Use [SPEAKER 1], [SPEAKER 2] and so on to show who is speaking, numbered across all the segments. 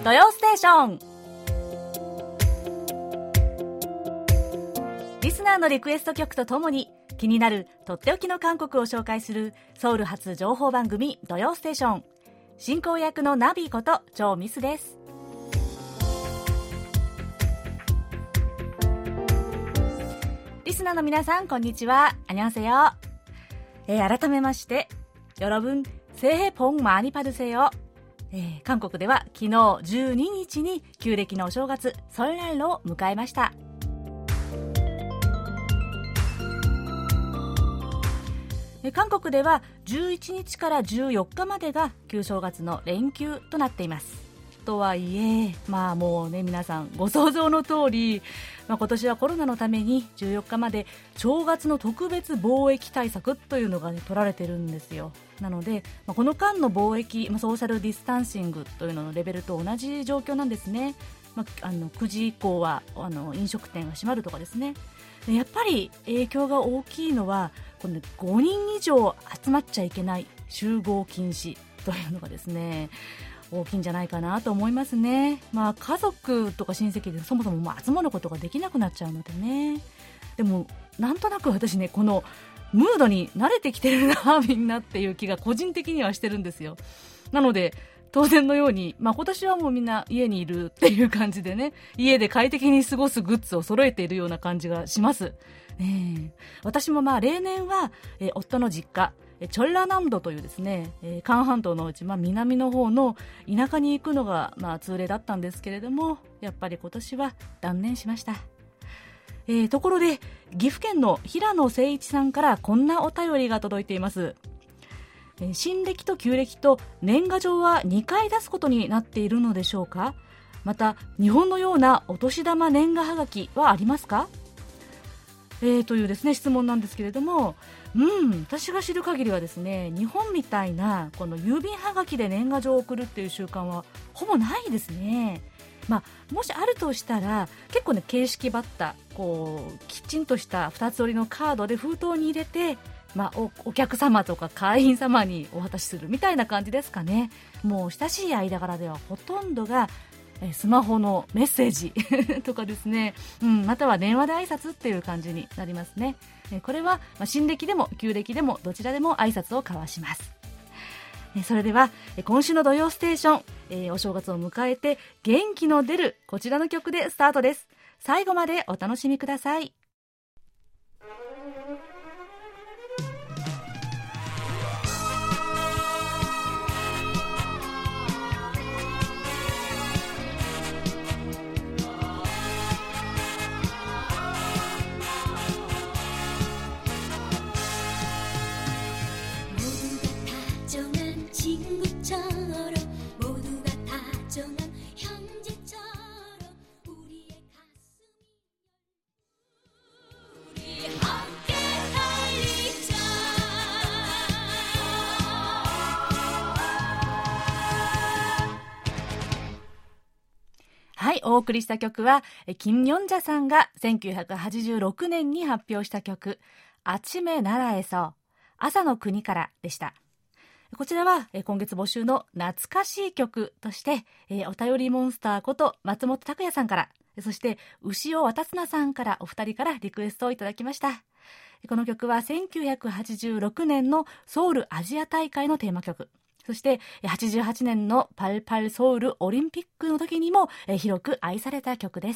[SPEAKER 1] 土曜ステーション。リスナーのリクエスト曲とともに気になるとっておきの韓国を紹介するソウル発情報番組土曜ステーション。進行役のナビことチョウミスです。リスナーの皆さんこんにちは。안녕하세요。改めまして여러분 새해 복 많이 받으세요。韓国では昨日12日に旧暦のお正月설날を迎えました。韓国では11日から14日までが旧正月の連休となっています。とはいえ、もうね、皆さんご想像の通り、今年はコロナのために14日まで正月の特別防疫対策というのが、取られてるんですよ。なので、この間の防疫、ソーシャルディスタンシングというののレベルと同じ状況なんですね。9時以降は飲食店が閉まるとかですね。でやっぱり影響が大きいのはこの5人以上集まっちゃいけない集合禁止というのがですね、大きいんじゃないかなと思いますね。家族とか親戚でそもそも集まることができなくなっちゃうのでね。でもなんとなく私ね、このムードに慣れてきてるなみんなっていう気が個人的にはしてるんですよ。なので当然のように、今年はもうみんな家にいるっていう感じでね、家で快適に過ごすグッズを揃えているような感じがします。私も例年は、夫の実家チョンラ南道というですね、韓半島のうち、南の方の田舎に行くのが、通例だったんですけれども、やっぱり今年は断念しました。ところで岐阜県の平野誠一さんからこんなお便りが届いています。新暦と旧暦と年賀状は2回出すことになっているのでしょうか。また日本のようなお年玉年賀はがきはありますか、というですね質問なんですけれども、私が知る限りはですね、日本みたいなこの郵便はがきで年賀状を送るっていう習慣はほぼないですね。もしあるとしたら結構ね、形式ばったきちんとした2つ折りのカードで封筒に入れて、お客様とか会員様にお渡しするみたいな感じですかね。もう親しい間柄ではほとんどがスマホのメッセージとかですね、または電話で挨拶っていう感じになりますね。これは新暦でも旧暦でもどちらでも挨拶を交わします。それでは今週の土曜ステーション、お正月を迎えて元気の出るこちらの曲でスタートです。最後までお楽しみください。お送りした曲はキム・ヨンジャさんが1986年に発表した曲아침의 나라에서朝の国からでした。こちらは今月募集の懐かしい曲としてお便りモンスターこと松本拓也さんから、そして牛尾渡綱さんからお二人からリクエストをいただきました。この曲は1986年のソウルアジア大会のテーマ曲、そして88年の88ソウルオリンピックの時にも広く愛された曲です。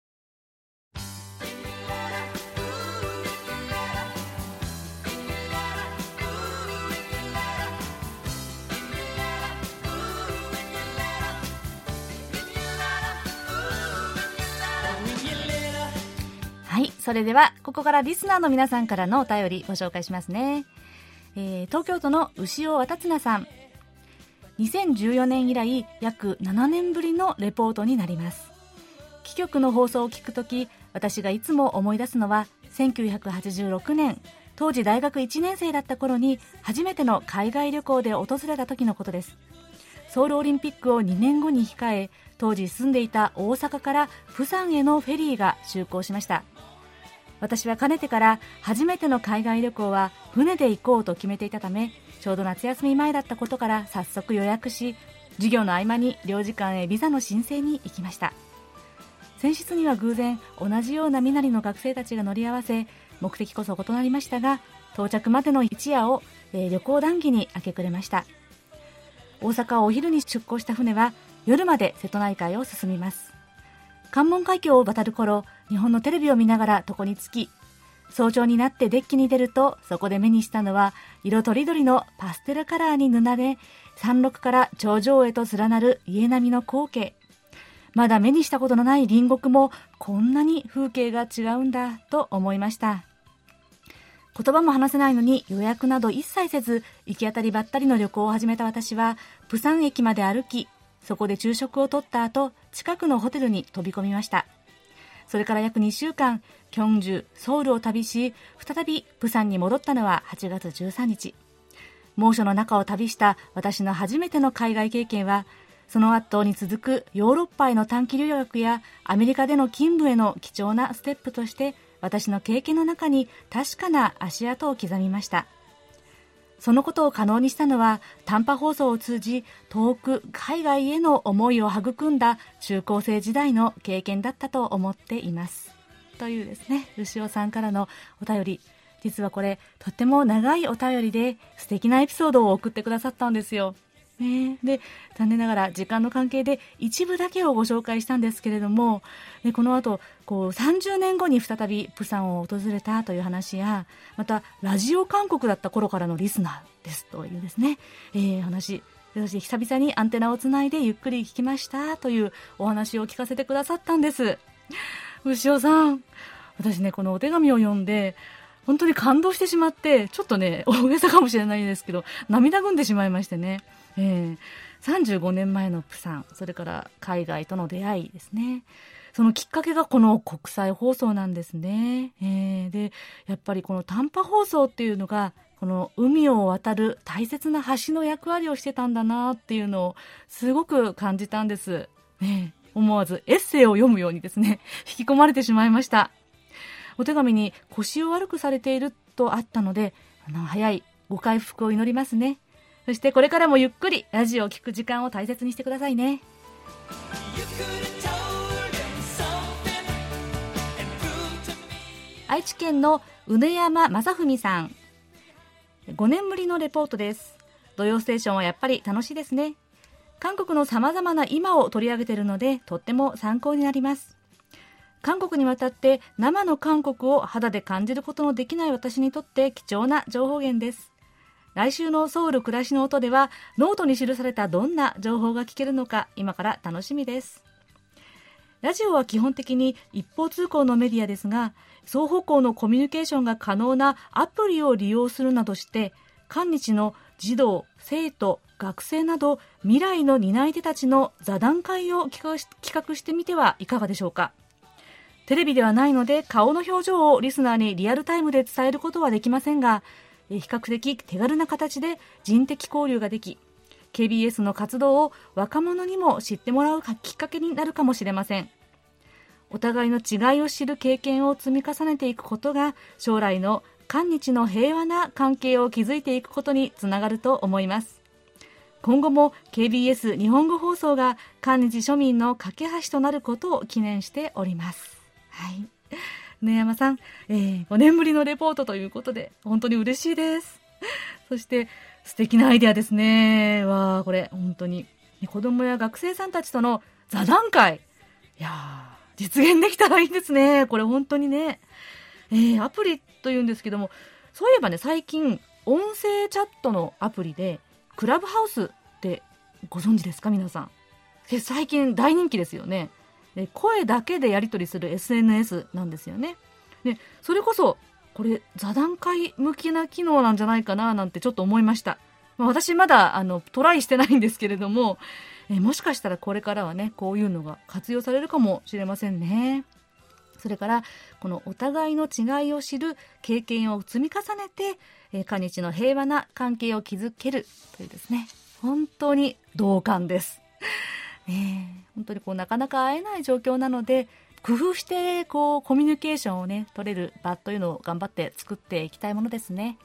[SPEAKER 1] はい、それではここからリスナーの皆さんからのお便りご紹介しますね。東京都の牛尾渡綱さん、2014年以来約7年ぶりのレポートになります。貴局の放送を聞くとき、私がいつも思い出すのは1986年、当時大学1年生だった頃に初めての海外旅行で訪れた時のことです。ソウルオリンピックを2年後に控え、当時住んでいた大阪から釜山へのフェリーが就航しました。私はかねてから初めての海外旅行は船で行こうと決めていたため、ちょうど夏休み前だったことから早速予約し、 授業の合間に領事館へビザの申請に行きました。先日には偶然同じような身なりの学生たちが乗り合わせ、目的こそ異なりましたが到着までの一夜を、旅行談義に明け暮れました。大阪をお昼に出港した船は夜まで瀬戸内海を進みます。関門海峡を渡る頃、日本のテレビを見ながら床につき、早朝になってデッキに出ると、そこで目にしたのは色とりどりのパステルカラーに塗られ、山麓から頂上へと連なる家並みの光景。まだ目にしたことのない隣国もこんなに風景が違うんだと思いました。言葉も話せないのに予約など一切せず、行き当たりばったりの旅行を始めた私は、プサン駅まで歩き、そこで昼食をとった後、近くのホテルに飛び込みました。それから約2週間、キョンジュ、ソウルを旅し、再びプサンに戻ったのは8月13日。猛暑の中を旅した私の初めての海外経験は、その後に続くヨーロッパへの短期留学やアメリカでの勤務への貴重なステップとして、私の経験の中に確かな足跡を刻みました。そのことを可能にしたのは、短波放送を通じ遠く海外への思いを育んだ中高生時代の経験だったと思っています。というですね、牛尾さんからのお便り。実はこれとっても長いお便りで素敵なエピソードを送ってくださったんですよ。で、残念ながら時間の関係で一部だけをご紹介したんですけれども、この後30年後に再びプサンを訪れたという話や、またラジオ韓国だった頃からのリスナーですというですね、話、そして久々にアンテナをつないでゆっくり聞きましたというお話を聞かせてくださったんです。牛尾さん、私ね、このお手紙を読んで本当に感動してしまって、ちょっとね、大げさかもしれないですけど涙ぐんでしまいましてね。35年前のプサン、それから海外との出会いですね。そのきっかけがこの国際放送なんですね。で、やっぱりこの短波放送っていうのが、この海を渡る大切な橋の役割をしてたんだなっていうのをすごく感じたんです。思わずエッセイを読むようにですね、引き込まれてしまいました。お手紙に腰を悪くされているとあったので、早いご回復を祈りますね。そしてこれからもゆっくりラジオを聞く時間を大切にしてくださいね。愛知県のうねやままさふみさん、5年ぶりのレポートです。土曜ステーションはやっぱり楽しいですね。韓国のさまざまな今を取り上げているので、とっても参考になります。韓国に渡って生の韓国を肌で感じることのできない私にとって貴重な情報源です。来週のソウル暮らしの音では、ノートに記されたどんな情報が聞けるのか、今から楽しみです。ラジオは基本的に一方通行のメディアですが、双方向のコミュニケーションが可能なアプリを利用するなどして、韓日の児童、生徒、学生など未来の担い手たちの座談会を企画してみてはいかがでしょうか。テレビではないので顔の表情をリスナーにリアルタイムで伝えることはできませんが、比較的手軽な形で人的交流ができ、 KBS の活動を若者にも知ってもらうきっかけになるかもしれません。お互いの違いを知る経験を積み重ねていくことが、将来の韓日の平和な関係を築いていくことにつながると思います。今後も KBS 日本語放送が韓日庶民の架け橋となることを記念しております。はい、ねやまさん、5年ぶりのレポートということで本当に嬉しいです。そして素敵なアイデアですね。わー、これ本当に子供や学生さんたちとの座談会、いやー、実現できたらいいですね。これ本当にね、アプリというんですけども、そういえばね、最近音声チャットのアプリでクラブハウスってご存知ですか皆さん。最近大人気ですよね。声だけでやり取りする SNS なんですよね。で、それこそこれ座談会向きな機能なんじゃないかななんてちょっと思いました。私まだトライしてないんですけれども、もしかしたらこれからはね、こういうのが活用されるかもしれませんね。それからこのお互いの違いを知る経験を積み重ねて、韓日の平和な関係を築けるというですね、本当に同感です。本当になかなか会えない状況なので、工夫してコミュニケーションをね取れる場というのを頑張って作っていきたいものですね。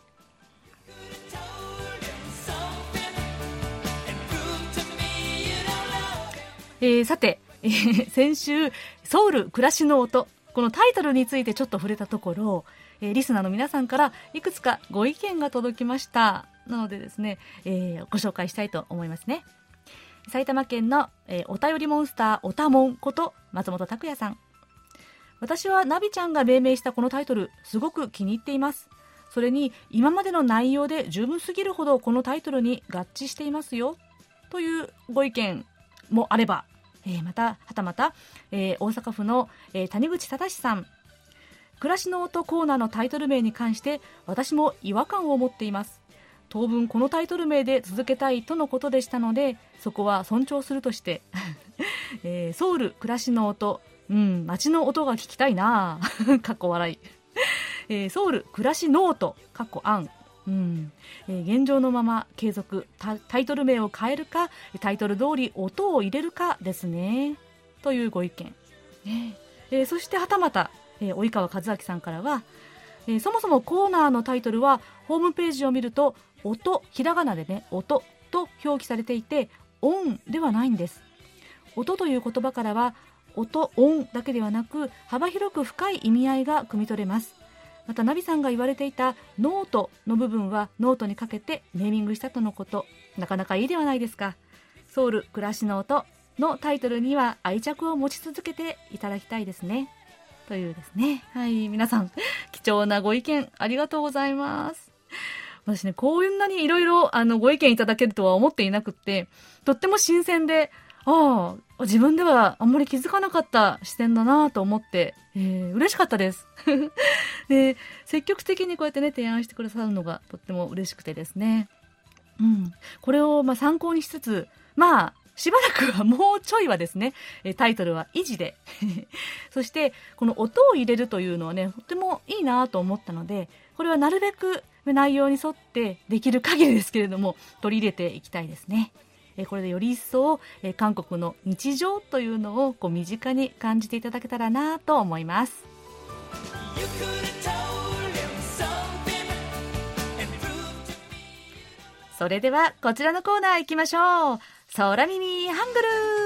[SPEAKER 1] さて、先週ソウル暮らしの音、このタイトルについてちょっと触れたところ、リスナーの皆さんからいくつかご意見が届きました。なのでですね、ご紹介したいと思いますね。埼玉県の、お便りモンスターおたもんこと松本拓也さん。私はナビちゃんが命名したこのタイトル、すごく気に入っています。それに今までの内容で十分すぎるほどこのタイトルに合致していますよというご意見もあれば、はたまた、大阪府の、谷口忠さん。暮らしの音コーナーのタイトル名に関して私も違和感を持っています。当分このタイトル名で続けたいとのことでしたので、そこは尊重するとして、ソウル暮らしの音、街の音が聞きたいなかっこ笑い、ソウル暮らしノートかっこ案、現状のまま継続、タイトル名を変えるかタイトル通り音を入れるかですねというご意見、そしてはたまた、及川和明さんからは、そもそもコーナーのタイトルはホームページを見ると音、ひらがなでね、音と表記されていて音ではないんです。音という言葉からは音、音だけではなく幅広く深い意味合いが汲み取れます。またナビさんが言われていたノートの部分はノートにかけてネーミングしたとのこと。なかなかいいではないですか。ソウル暮らしの音のタイトルには愛着を持ち続けていただきたいですねというですね。はい、皆さん貴重なご意見ありがとうございます。私ね、こんなにいろいろご意見いただけるとは思っていなくって、とっても新鮮で、自分ではあんまり気づかなかった視点だなと思って、嬉しかったですで、積極的にこうやってね提案してくださるのがとっても嬉しくてですね、これを参考にしつつ、しばらくはもうちょいはですね、タイトルは維持でそしてこの音を入れるというのはね、とてもいいなと思ったので、これはなるべく内容に沿ってできる限りですけれども取り入れていきたいですね。これでより一層韓国の日常というのを身近に感じていただけたらなと思います。それではこちらのコーナー行きましょう。空耳ハングル。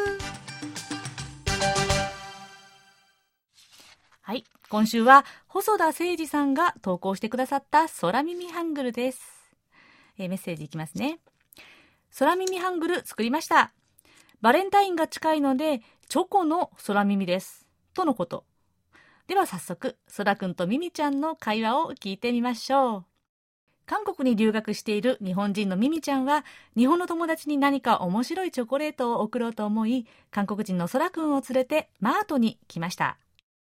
[SPEAKER 1] はい、今週は細田誠二さんが投稿してくださった空耳ハングルです。メッセージいきますね。空耳ハングル作りました。バレンタインが近いのでチョコの空耳ですとのこと。では早速空くんとミミちゃんの会話を聞いてみましょう。韓国に留学している日本人のミミちゃんは、日本の友達に何か面白いチョコレートを送ろうと思い、韓国人の空くんを連れてマートに来ました。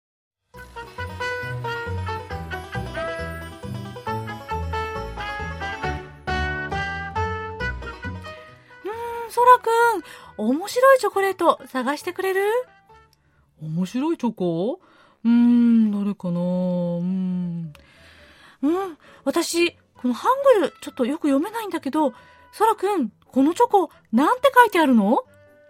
[SPEAKER 1] 空くん、面白いチョコレート探してくれる？
[SPEAKER 2] 面白いチョコ？誰かな？
[SPEAKER 1] 私このハングルちょっとよく読めないんだけど、空くん、このチョコなんて書いてあるの？
[SPEAKER 2] こ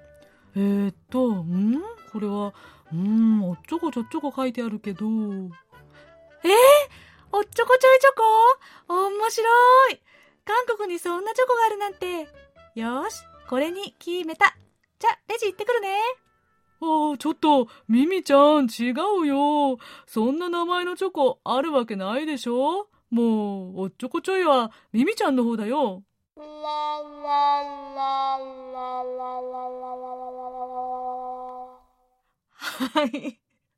[SPEAKER 2] れはおっちょこちょっちょこ書いてあるけど。おっ
[SPEAKER 1] ちょこちょいチョコ？面白い。韓国にそんなチョコがあるなんて。よーし、これに決めた。じゃ、レジ行ってくるね。
[SPEAKER 2] ちょっと、ミミちゃん、違うよ。そんな名前のチョコあるわけないでしょ？もう、おっちょこちょいはミミちゃんの方だよ。
[SPEAKER 1] はい。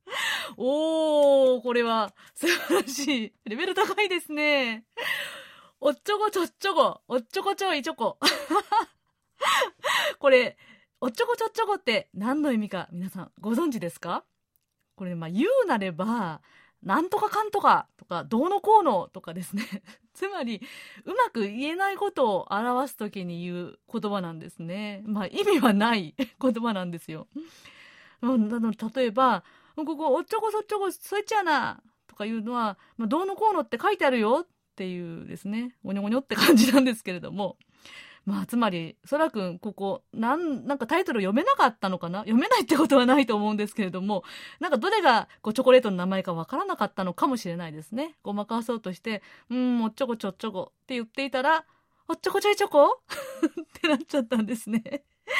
[SPEAKER 1] これは素晴らしい。レベル高いですね。おっちょこちょっちょこ、おっちょこちょいチョコ。これ、おっちょこちょっちょこって何の意味か皆さんご存知ですか？これ、言うなれば、なんとかかんとかとか、どうのこうのとかですね。つまり、うまく言えないことを表すときに言う言葉なんですね。意味はない言葉なんですよ。例えば、ここ、おっちょこそっちょこ、そいつやなとかいうのは、どうのこうのって書いてあるよっていうですね、ごにょごにょって感じなんですけれども、つまり、空くん、ここ、なんかタイトル読めなかったのかな？読めないってことはないと思うんですけれども、どれがチョコレートの名前かわからなかったのかもしれないですね。ごまかそうとして、おっちょこちょっちょこって言っていたら、おっちょこちょいチョコってなっちゃったんですね。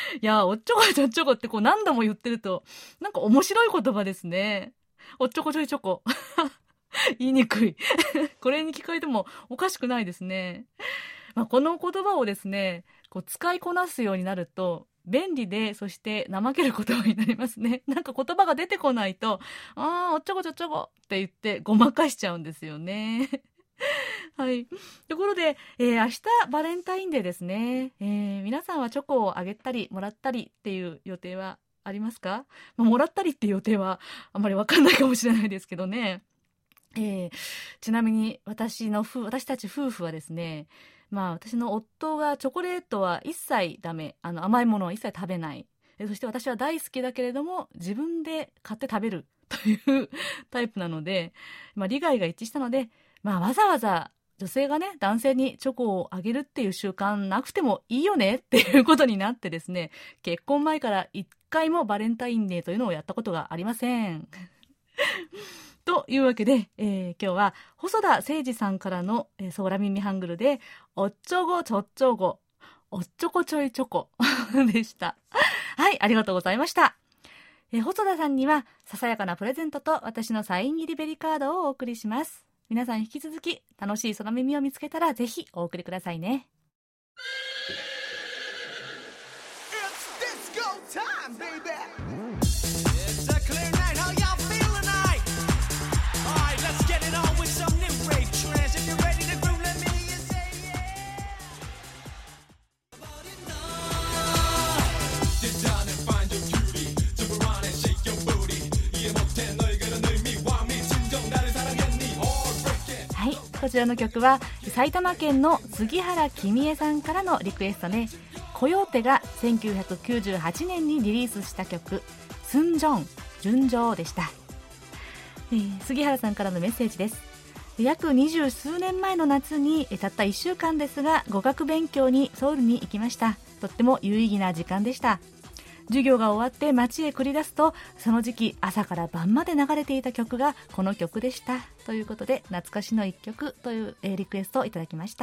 [SPEAKER 1] いや、おっちょこちょっちょこってこう何度も言ってると、なんか面白い言葉ですね。おっちょこちょいちょこ。言いにくい。これに聞こえてもおかしくないですね。まあ、この言葉をですね、こう使いこなすようになると、便利で、そして怠ける言葉になりますね。なんか言葉が出てこないと、おっちょこちょっちょこって言ってごまかしちゃうんですよね。はい。ところで、明日バレンタインデーですね。皆さんはチョコをあげたりもらったりっていう予定はありますか？もらったりっていう予定はあんまりわかんないかもしれないですけどね。ちなみに私たち夫婦はですね、私の夫がチョコレートは一切ダメ、甘いものは一切食べない。そして私は大好きだけれども自分で買って食べるというタイプなので、利害が一致したので、わざわざ女性がね、男性にチョコをあげるっていう習慣なくてもいいよねっていうことになってですね、結婚前から一回もバレンタインデーというのをやったことがありません。というわけで、今日は細田誠二さんからの、ソーラミミハングルで、おっちょごちょっちょご、おっちょこちょいチョコでした。はい、ありがとうございました。細田さんにはささやかなプレゼントと私のサイン入りベリカードをお送りします。皆さん引き続き楽しい空耳を見つけたらぜひお送りくださいね。こちらの曲は埼玉県の杉原君江さんからのリクエストで、コヨーテが1998年にリリースした曲スンジョン純情でした。杉原さんからのメッセージです。約20数年前の夏にたった1週間ですが語学勉強にソウルに行きました。とっても有意義な時間でした。授業が終わって街へ繰り出すと、その時期朝から晩まで流れていた曲がこの曲でしたということで、懐かしの一曲というリクエストをいただきました。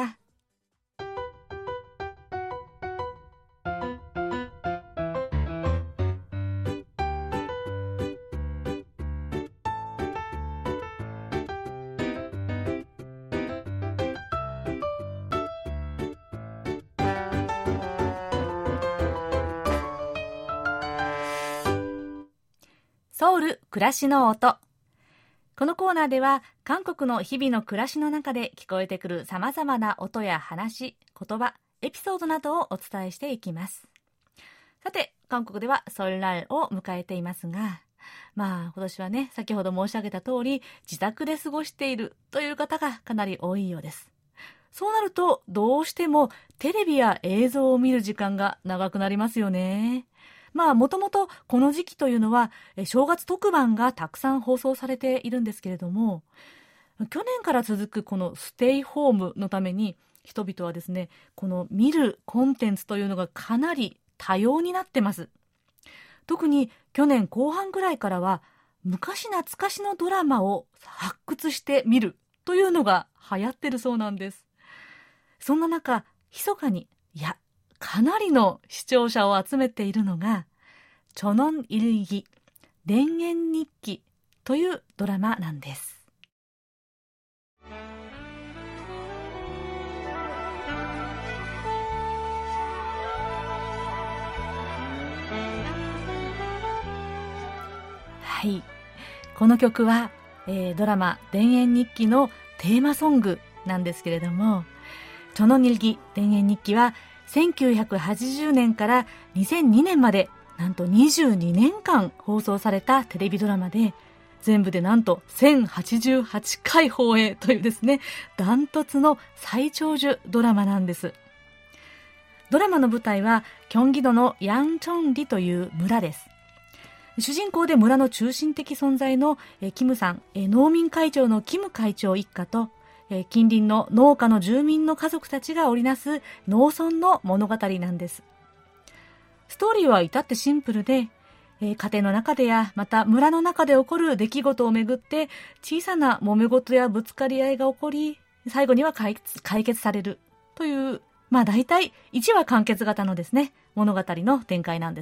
[SPEAKER 1] ソウル暮らしの音。このコーナーでは韓国の日々の暮らしの中で聞こえてくる様々な音や話、言葉、エピソードなどをお伝えしていきます。さて、韓国ではソルラルを迎えていますが、今年はね、先ほど申し上げた通り自宅で過ごしているという方がかなり多いようです。そうなるとどうしてもテレビや映像を見る時間が長くなりますよね。もともとこの時期というのは正月特番がたくさん放送されているんですけれども、去年から続くこのステイホームのために人々はですね、この見るコンテンツというのがかなり多様になってます。特に去年後半ぐらいからは昔懐かしのドラマを発掘して見るというのが流行ってるそうなんです。そんな中、密かにかなりの視聴者を集めているのがチョノンイルギ田園日記というドラマなんです。はい、この曲は、ドラマ田園日記のテーマソングなんですけれども、チョノンイルギ田園日記は1980年から2002年までなんと22年間放送されたテレビドラマで、全部でなんと1088回放映というですね、ダントツの最長寿ドラマなんです。ドラマの舞台はキョンギ道のヤンチョンリという村です。主人公で村の中心的存在のキムさん、農民会長のキム会長一家と近隣の農家の住民の家族たちが織りなす農村の物語なんです。ストーリーは至ってシンプルで、家庭の中でやまた村の中で起こる出来事をめぐって小さな揉め事やぶつかり合いが起こり、最後には解決されるという大体1話完結型のですね、物語の展開なんです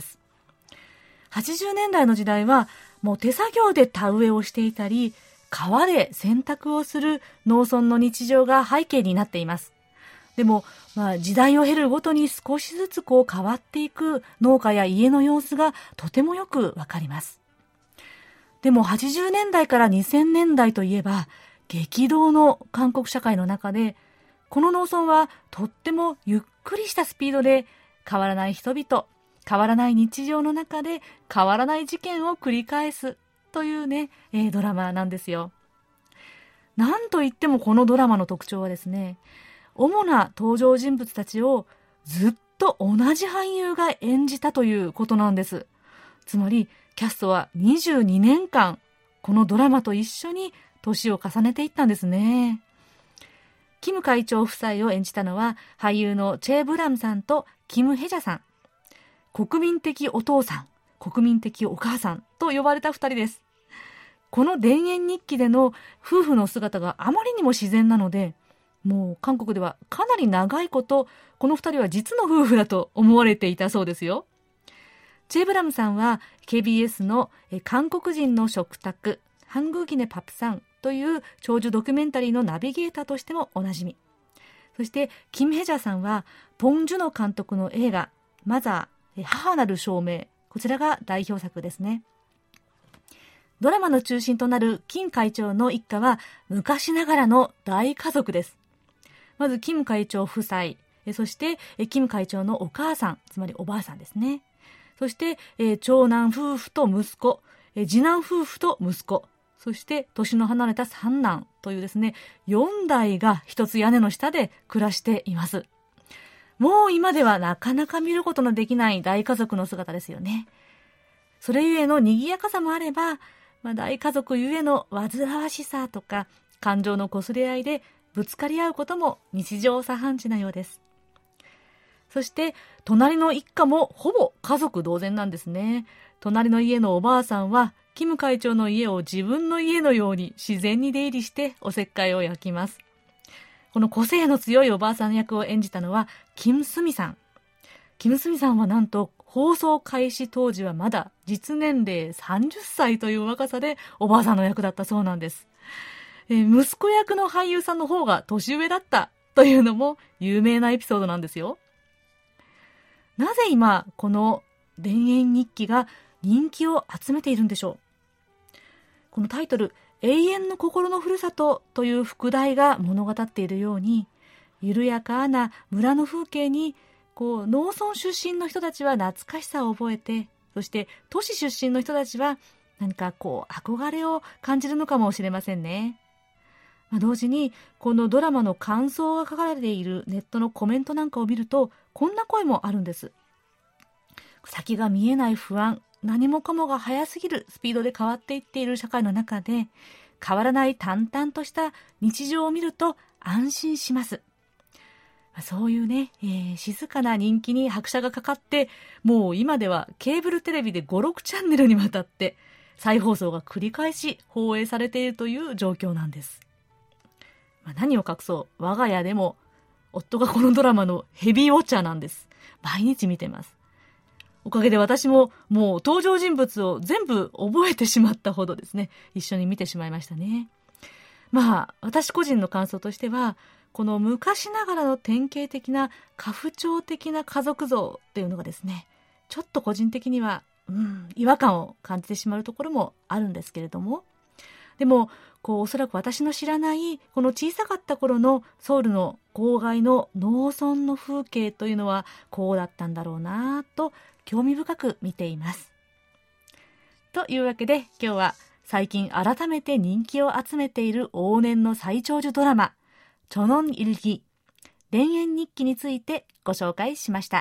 [SPEAKER 1] 。80年代の時代はもう手作業で田植えをしていたり、川で洗濯をする農村の日常が背景になっています。でも、時代を経るごとに少しずつ変わっていく農家や家の様子がとてもよくわかります。でも80年代から2000年代といえば、激動の韓国社会の中で、この農村はとってもゆっくりしたスピードで変わらない人々、変わらない日常の中で変わらない事件を繰り返すというね、ドラマなんですよ。なんといってもこのドラマの特徴はですね、主な登場人物たちをずっと同じ俳優が演じたということなんです。つまりキャストは22年間このドラマと一緒に年を重ねていったんですね。キム会長夫妻を演じたのは俳優のチェ・ブラムさんとキム・ヘジャさん。国民的お父さん、国民的お母さんと呼ばれた二人です。この田園日記での夫婦の姿があまりにも自然なので、もう韓国ではかなり長いことこの二人は実の夫婦だと思われていたそうですよ。チェ・ブラムさんは KBS の韓国人の食卓ハングギネパプさんという長寿ドキュメンタリーのナビゲーターとしてもおなじみ。そしてキム・ヘジャさんはポン・ジュノ監督の映画マザー母なる証明、こちらが代表作ですね。ドラマの中心となるキム会長の一家は昔ながらの大家族です。まずキム会長夫妻、そしてキム会長のお母さん、つまりおばあさんですね。そして長男夫婦と息子、次男夫婦と息子、そして年の離れた三男というですね、4代が一つ屋根の下で暮らしています。もう今ではなかなか見ることのできない大家族の姿ですよね。それゆえの賑やかさもあれば、大家族ゆえの煩わしさとか感情の擦れ合いでぶつかり合うことも日常茶飯事なようです。そして隣の一家もほぼ家族同然なんですね。隣の家のおばあさんはキム会長の家を自分の家のように自然に出入りしておせっかいを焼きます。この個性の強いおばあさん役を演じたのはキム・スミさん。キム・スミさんはなんと放送開始当時はまだ実年齢30歳という若さでおばあさんの役だったそうなんです。息子役の俳優さんの方が年上だったというのも有名なエピソードなんですよ。なぜ今この田園日記が人気を集めているんでしょう。このタイトル、永遠の心のふるさとという副題が物語っているように、緩やかな村の風景に農村出身の人たちは懐かしさを覚えて、そして都市出身の人たちは何か憧れを感じるのかもしれませんね。同時にこのドラマの感想が書かれているネットのコメントなんかを見ると、こんな声もあるんです。先が見えない不安、何もかもが速すぎるスピードで変わっていっている社会の中で、変わらない淡々とした日常を見ると安心します。そういうね、静かな人気に拍車がかかって、もう今ではケーブルテレビで5、6チャンネルにわたって再放送が繰り返し放映されているという状況なんです。何を隠そう、我が家でも夫がこのドラマのヘビーウォッチャーなんです。毎日見てます。おかげで私ももう登場人物を全部覚えてしまったほどですね、一緒に見てしまいましたね。私個人の感想としては、この昔ながらの典型的な家父長的な家族像っていうのがですね、ちょっと個人的には違和感を感じてしまうところもあるんですけれども、でもおそらく私の知らないこの小さかった頃のソウルの郊外の農村の風景というのはこうだったんだろうなと興味深く見ています。というわけで今日は最近改めて人気を集めている往年の最長寿ドラマチョノンイルギ田園日記についてご紹介しました。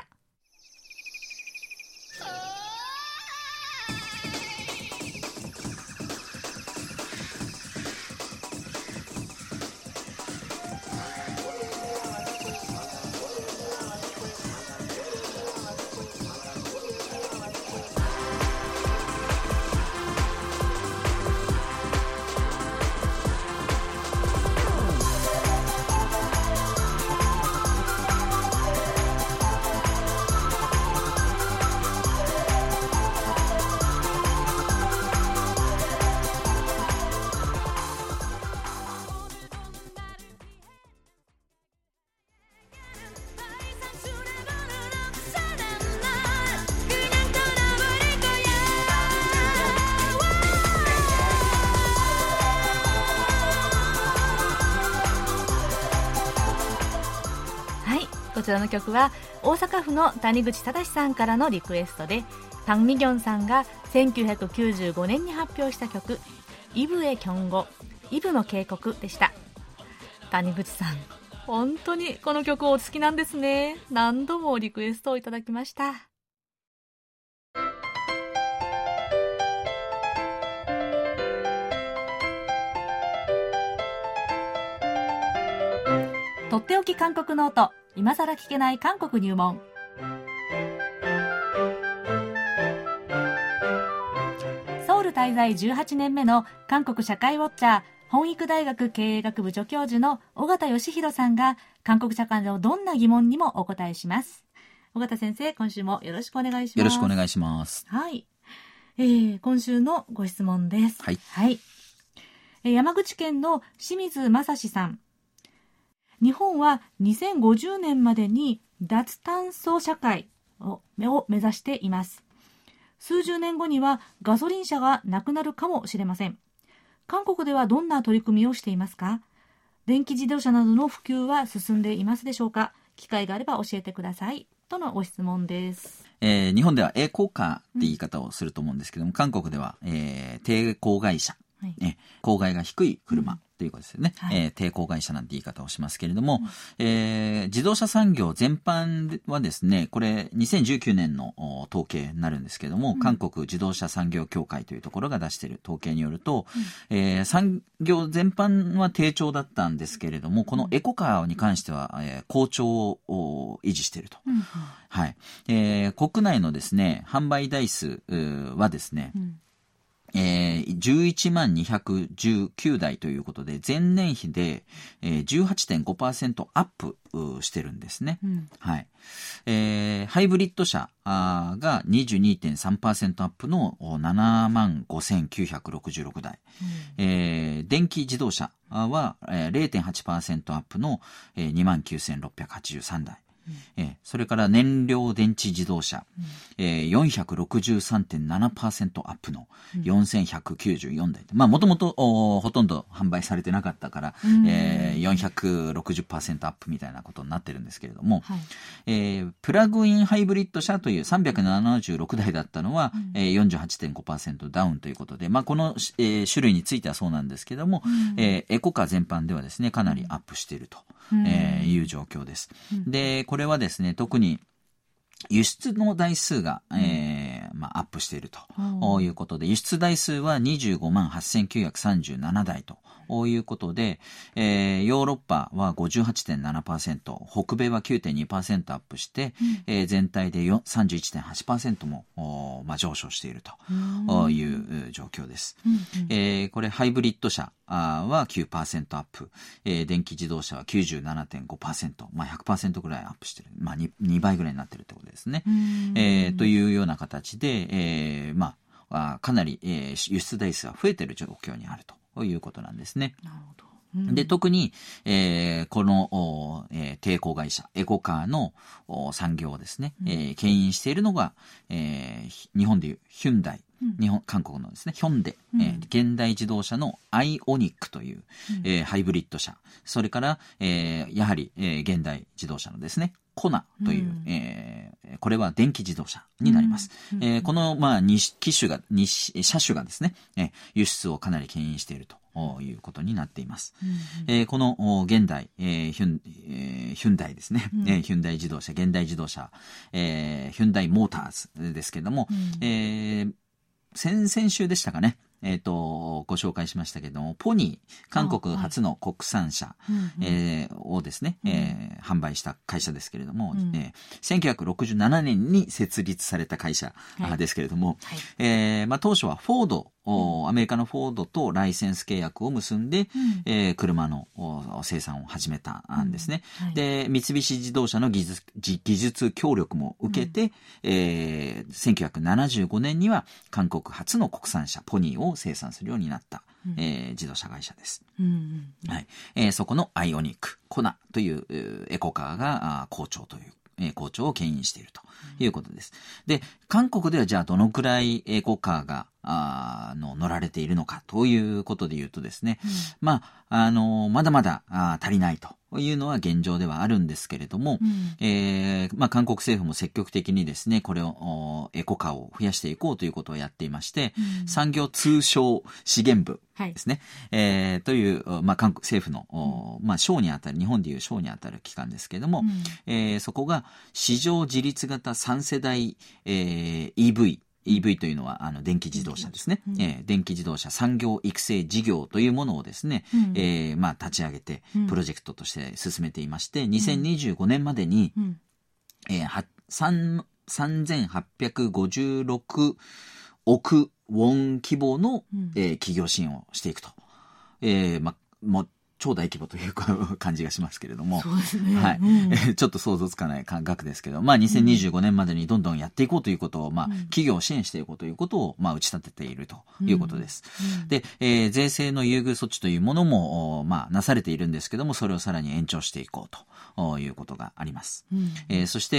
[SPEAKER 1] こちらの曲は大阪府の谷口正さんからのリクエストで、パン・ミギョンさんが1995年に発表した曲イブへキョンゴ、イブの渓谷でした。谷口さん、本当にこの曲お好きなんですね。何度もリクエストをいただきました。とっておき韓国ノート、今さら聞けない韓国入門。ソウル滞在18年目の韓国社会ウォッチャー、本育大学経営学部助教授の尾形義弘さんが韓国社会のどんな疑問にもお答えします。尾形先生、今週もよろしくお願いします。
[SPEAKER 3] よろしくお願いします。
[SPEAKER 1] はい。今週のご質問です。
[SPEAKER 3] はい。
[SPEAKER 1] はい。山口県の清水正史さん。日本は2050年までに脱炭素社会を目指しています。数十年後にはガソリン車がなくなるかもしれません。韓国ではどんな取り組みをしていますか？電気自動車などの普及は進んでいますでしょうか？機会があれば教えてください。とのご質問です。
[SPEAKER 3] 日本ではエコカーって言い方をすると思うんですけども、韓国では、低公害車、はい、公害が低い車、ということですよね。はい、低公害車なんて言い方をしますけれども、自動車産業全般はですね、これ2019年の統計になるんですけれども、韓国自動車産業協会というところが出している統計によると、産業全般は低調だったんですけれども、このエコカーに関しては、好調を維持していると。はい。国内のですね、販売台数はですね、11万219台ということで、前年比で 18.5% アップしてるんですね。はい。ハイブリッド車が 22.3% アップの7万5966台。電気自動車は 0.8% アップの2万9683台。それから燃料電池自動車、463.7% アップの4194台。まあ、もともとほとんど販売されてなかったから、460% アップみたいなことになってるんですけれども、はい、プラグインハイブリッド車という376台だったのは、48.5% ダウンということで、まあ、この、種類についてはそうなんですけども、エコカー全般ではですね、かなりアップしているという状況です。で、これはですね、特に輸出の台数が、アップしているということで、輸出台数は25万8937台ということで、ヨーロッパは 58.7%、北米は 9.2% アップして、全体で 31.8% も、上昇しているという状況です。これハイブリッド車は 9% アップ、電気自動車は 97.5%、100% ぐらいアップしている、2倍ぐらいになっているってことですね。というような形で、かなり、輸出台数は増えている状況にあるということなんですね。
[SPEAKER 1] なるほど。
[SPEAKER 3] で、特に、この、低公害車、エコカーの産業をですね、牽引しているのが、日本でいうヒュンダイ、韓国のですね、ヒョンデ、現代自動車のアイオニックという、ハイブリッド車、それから、やはり、現代自動車のですね、コナという、これは電気自動車になります。この、2車種がですね、輸出をかなり牽引しているということになっています。この現代、ヒュンダイですね、ヒュンダイ自動車、現代自動車、ヒュンダイモーターズですけれども、先々週でしたかね、ご紹介しましたけれども、ポニー、韓国初の国産車、をですね、販売した会社ですけれども、1967年に設立された会社ですけれども、当初はフォード、アメリカのフォードとライセンス契約を結んで、車の生産を始めたんですね。で、三菱自動車の技術協力も受けて、1975年には韓国初の国産車ポニーを生産するようになった、自動車会社です。そこのアイオニック、コナというエコカーが好調という。好調を牽引しているということです。で、韓国ではじゃあどのくらいエコカーが乗られているのかということで言うとですね、まだまだ足りないというのは現状ではあるんですけれども、韓国政府も積極的にですね、これをエコカーを増やしていこうということをやっていまして、産業通商資源部ですね、という、韓国政府の、省にあたる、日本でいう省にあたる機関ですけれども、そこが市場自立型3世代、EV というのは電気自動車ですね、電気自動車産業育成事業というものをですね、立ち上げてプロジェクトとして進めていまして、2025年までに、3856億ウォン規模の、企業支援をしていくと、もう超大規模という感じがしますけれども、
[SPEAKER 1] そうですね、
[SPEAKER 3] はい、ちょっと想像つかない額ですけど、2025年までにどんどんやっていこうということを、企業を支援していこうということを、打ち立てているということです。で、税制の優遇措置というものも、なされているんですけども、それをさらに延長していこうということがあります。そして、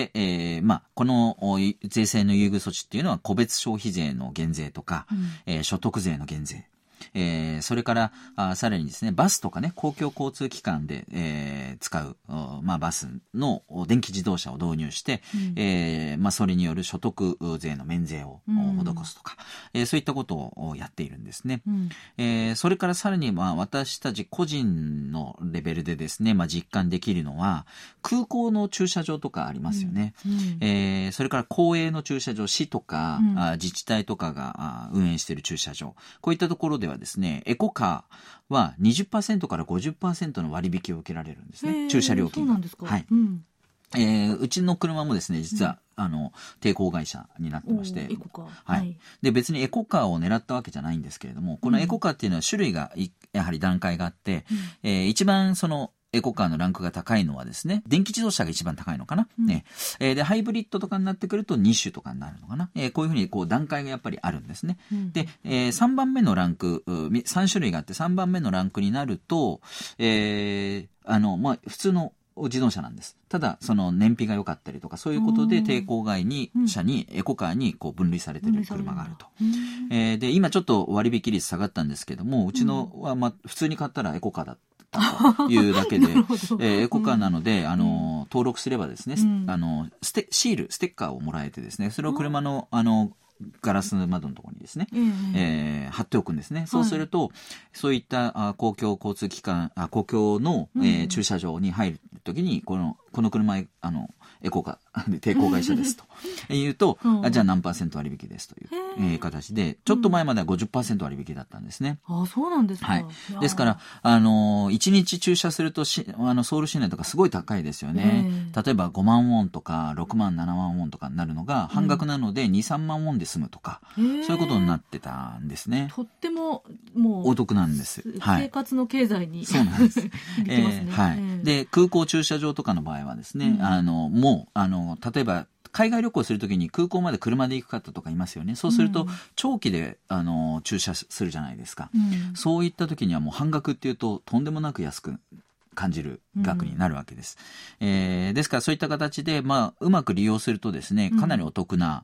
[SPEAKER 3] この税制の優遇措置っていうのは、個別消費税の減税とか、所得税の減税、それからさらにですね、バスとかね、公共交通機関で、使う、バスの電気自動車を導入して、それによる所得税の免税を施すとか、そういったことをやっているんですね。それからさらに私たち個人のレベルでですね、実感できるのは空港の駐車場とかありますよね。それから公営の駐車場、市とか、自治体とかが運営している駐車場、こういったところではですね、エコカーは 20% から 50% の割引を受けられるんですね。駐車料金。
[SPEAKER 1] そうなんですか。
[SPEAKER 3] はい。うちの車もですね、実は、抵抗会社になってまして、
[SPEAKER 1] エコカー。
[SPEAKER 3] はい。で、別にエコカーを狙ったわけじゃないんですけれども、このエコカーっていうのは種類がやはり段階があって、一番そのエコカーのランクが高いのはですね、電気自動車が一番高いのかな、で、ハイブリッドとかになってくると2種とかになるのかな、こういうふうに段階がやっぱりあるんですね。で、3番目のランク、3種類があって3番目のランクになると、普通の自動車なんです。ただ、その燃費が良かったりとか、そういうことで抵抗外に、車に、エコカーに分類されている車があると。で、今ちょっと割引率下がったんですけども、うちのは、普通に買ったらエコカーだったというだけで、エコカーなので、登録すればですね、シール、ステッカーをもらえてですね、それを車の、ガラス窓のところにですね、貼っておくんですね。そうすると、そういった公共交通機関、公共の、駐車場に入るときに、この車、エコカー、抵抗会社ですと言うと、じゃあ何%割引ですという、形で、ちょっと前までは 50% 割引だったんですね。
[SPEAKER 1] そうなんですか。
[SPEAKER 3] はい。ですから、1日駐車するとソウル市内とかすごい高いですよね。例えば5万ウォンとか6万、7万ウォンとかになるのが、半額なので2、3万ウォンで済むとか、そういうことになってたんですね。
[SPEAKER 1] とっても、もう、
[SPEAKER 3] お得なんです。
[SPEAKER 1] 生活の経済に。
[SPEAKER 3] そうなんです。
[SPEAKER 1] できますね。
[SPEAKER 3] はい。で、空港駐車場とかの場合はですね、もう、例えば、海外旅行するときに空港まで車で行く方とかいますよね。そうすると、長期で、駐車するじゃないですか。そういったときにはもう半額っていうと、とんでもなく安く感じる額になるわけです。ですからそういった形で、うまく利用するとですね、かなりお得な、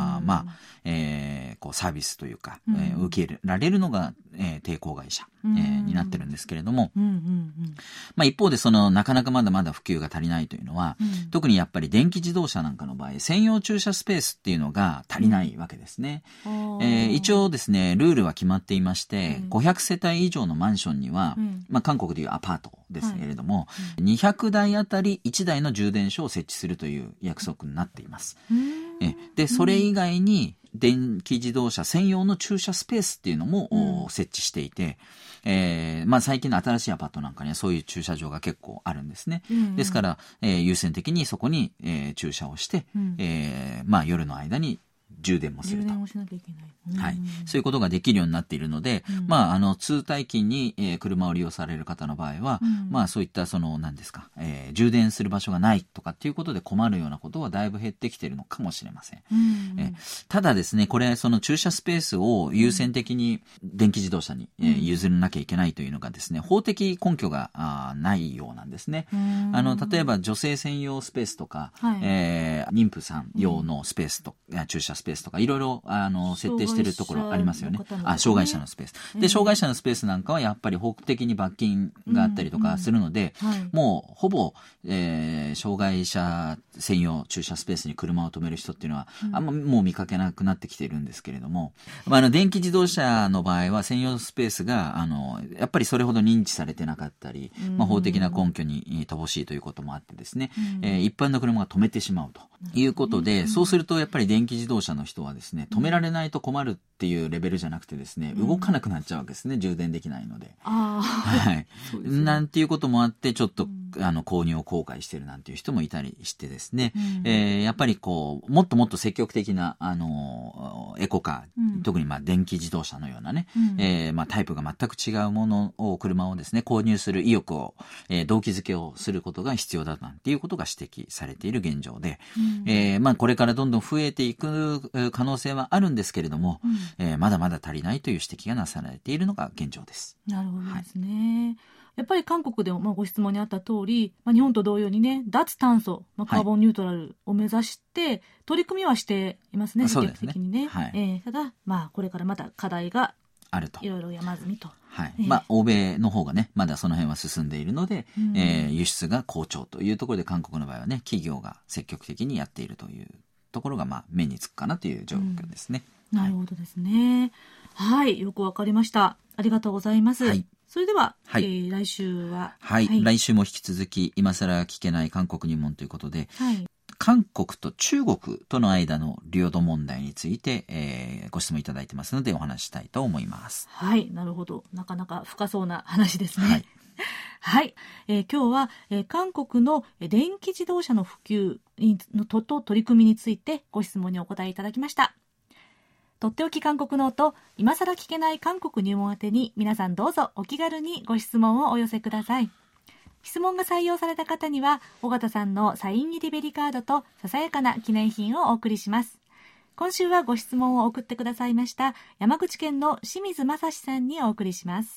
[SPEAKER 3] サービスというか、受けられるのが、抵抗会社、になってるんですけれども、一方でなかなかまだまだ普及が足りないというのは、特にやっぱり電気自動車なんかの場合、専用駐車スペースっていうのが足りないわけですね。一応ですね、ルールは決まっていまして、500世帯以上のマンションには、韓国でいうアパートですけれども、200台あたり1台の充電所を設置するという約束になっています。で、それ以外に電気自動車専用の駐車スペースっていうのも、設置していて、最近の新しいアパートなんかにはそういう駐車場が結構あるんですね。ですから、優先的にそこに、駐車をして、夜の間に充電もすると。
[SPEAKER 1] 充電をしなきゃいけない。
[SPEAKER 3] はい。そういうことができるようになっているので、通退勤に、車を利用される方の場合は、そういった何ですか、充電する場所がないとかっていうことで困るようなことはだいぶ減ってきているのかもしれません。ただですね、これ、駐車スペースを優先的に電気自動車に、譲らなきゃいけないというのがですね、法的根拠がないようなんですね。例えば女性専用スペースとか、妊婦さん用のスペースと、駐車ススペースとかいろいろ設定しているところありますよね。障害者のスペースで、障害者のスペースなんかはやっぱり法的に罰金があったりとかするので、もうほぼ、障害者専用駐車スペースに車を止める人っていうのはあんまもう見かけなくなってきているんですけれども、電気自動車の場合は専用スペースがやっぱりそれほど認知されてなかったり、法的な根拠に乏しいということもあってですね、一般の車が止めてしまうということで、そうするとやっぱり電気自動車の人はですね、止められないと困るっていうレベルじゃなくてですね、動かなくなっちゃうわけですね、充電できないので。はい。なんていうこともあって、ちょっと購入を後悔してるなんていう人もいたりしてですね、やっぱりこうもっともっと積極的なエコカー、特に電気自動車のようなね、タイプが全く違うものを車をですね購入する意欲を、動機づけをすることが必要だなんていうことが指摘されている現状で、これからどんどん増えていく可能性はあるんですけれども、まだまだ足りないという指摘がなされているのが現状です。
[SPEAKER 1] なるほどですね。やっぱり韓国でもご質問にあった通り、日本と同様にね、脱炭素、カーボンニュートラルを目指して取り組みはしていますね、積極的にね。ただ、これからまた課題があると、いろいろ山積みと。
[SPEAKER 3] 欧米の方がね、まだその辺は進んでいるので、輸出が好調というところで、韓国の場合はね、企業が積極的にやっているというところが目につくかなという状況ですね。
[SPEAKER 1] なるほどですね。はい、よくわかりました。ありがとうございます。それでは、来週は、
[SPEAKER 3] 来週も引き続き今更聞けない韓国入門ということで、韓国と中国との間の領土問題について、ご質問いただいてますのでお話したいと思います。
[SPEAKER 1] はい、なるほど。なかなか深そうな話ですね。今日は、韓国の電気自動車の普及と取り組みについてご質問にお答えいただきました。とっておき韓国ノート、今更聞けない韓国入門宛てに皆さんどうぞお気軽にご質問をお寄せください。質問が採用された方には尾形さんのサイン入りベリーカードとささやかな記念品をお送りします。今週はご質問を送ってくださいました山口県の清水正史さんにお送りします。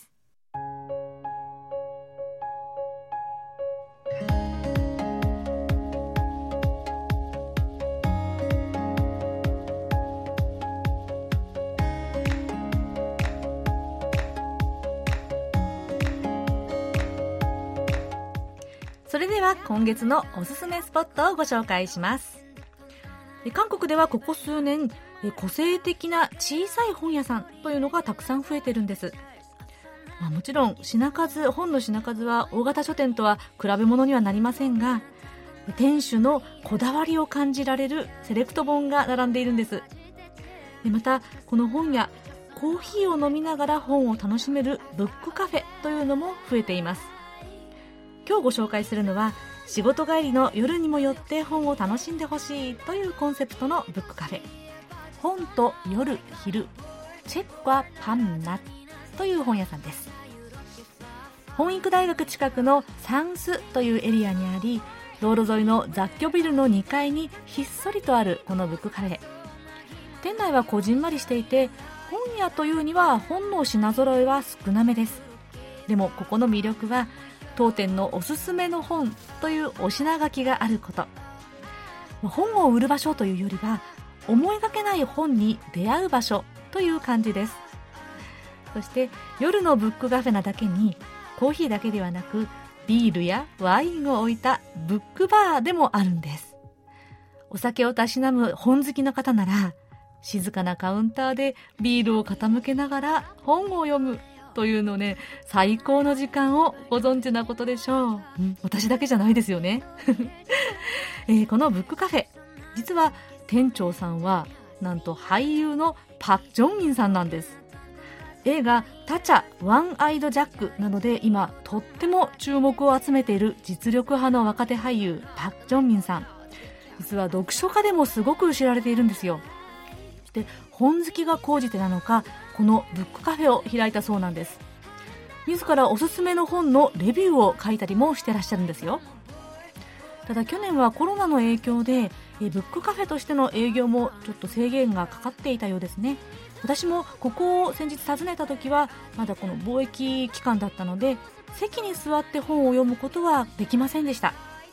[SPEAKER 1] それでは今月のおすすめスポットをご紹介します。韓国ではここ数年個性的な小さい本屋さんというのがたくさん増えてるんです。もちろん本の品数は大型書店とは比べ物にはなりませんが、店主のこだわりを感じられるセレクト本が並んでいるんです。またこの本屋、コーヒーを飲みながら本を楽しめるブックカフェというのも増えています。今日ご紹介するのは仕事帰りの夜にも寄って本を楽しんでほしいというコンセプトのブックカフェ、本と夜昼チェックはパンナという本屋さんです。本育大学近くのサンスというエリアにあり、道路沿いの雑居ビルの2階にひっそりとあるこのブックカフェ、店内はこじんまりしていて、本屋というには本の品揃えは少なめです。でもここの魅力は当店のおすすめの本というお品書きがあること。本を売る場所というよりは思いがけない本に出会う場所という感じです。そして夜のブックカフェなだけにコーヒーだけではなくビールやワインを置いたブックバーでもあるんです。お酒をたしなむ本好きの方なら静かなカウンターでビールを傾けながら本を読むというのね、最高の時間をご存知なことでしょう。私だけじゃないですよね。このブックカフェ、実は店長さんはなんと俳優のパク・ジョンミンさんなんです。映画タチャ・ワン・アイド・ジャックなどで今とっても注目を集めている実力派の若手俳優パク・ジョンミンさん、実は読書家でもすごく知られているんですよ。で、本好きが高じてなのかこのブックカフェを開いたそうなんです。自らおすすめの本のレビューを書いたりもしてらっしゃるんですよ。ただ去年はコロナの影響でブックカフェとしての営業もちょっと制限がかかっていたようですね。私もここを先日訪ねた時はまだこの貿易期間だったので席に座って本を読むことはできませんでした。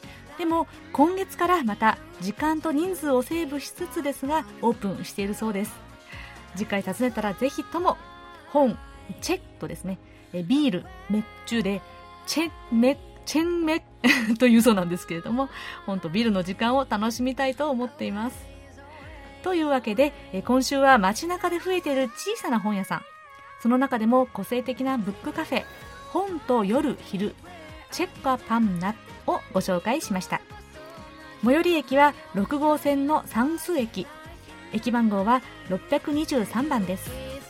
[SPEAKER 1] でも今月からまた時間と人数をセーブしつつですがオープンしているそうです。次回訪ねたらぜひとも本チェとですね、ビール맥주でチェンメというそうなんですけれども、本当ビールの時間を楽しみたいと思っています。というわけで今週は街中で増えている小さな本屋さん、その中でも個性的なブックカフェ本と夜昼チェッカパンナをご紹介しました。最寄り駅は6号線の三須駅、駅番号は623番です。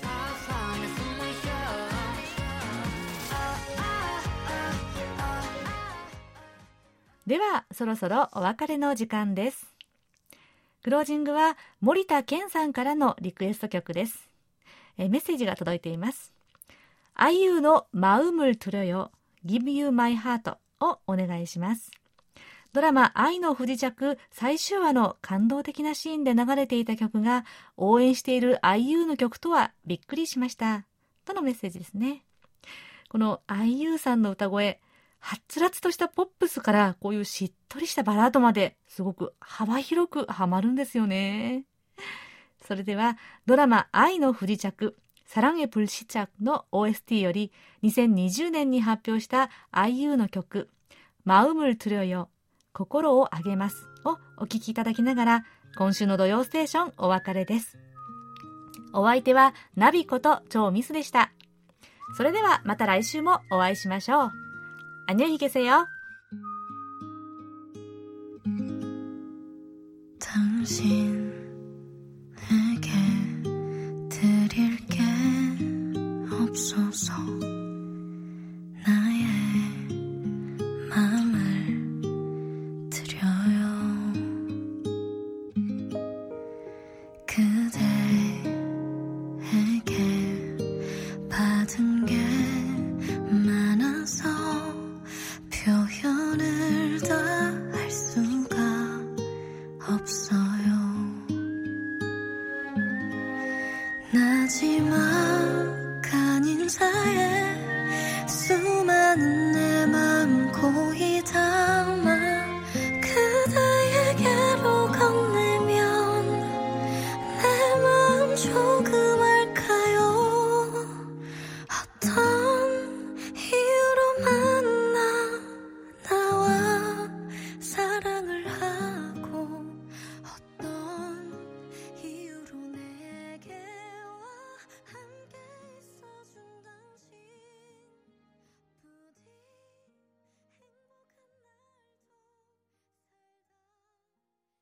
[SPEAKER 1] ではそろそろお別れの時間です。クロージングは森田健さんからのリクエスト曲です。メッセージが届いています。IUの마음을 들어요 Give You My Heartをお願いします。ドラマ愛の不時着最終話の感動的なシーンで流れていた曲が応援している IU の曲とはびっくりしましたとのメッセージですね。この IU さんの歌声、はつらつとしたポップスからこういうしっとりしたバラードまですごく幅広くハマるんですよね。それではドラマ愛の不時着사랑의 불시착の OST より2020年に発表した IU の曲마음을 들어요心をあげますをお聴きいただきながら今週の土曜ステーションお別れです。お相手はナビこと超ミスでした。それではまた来週もお会いしましょう。안녕히 계세요. 당신에게 드릴 게 없어서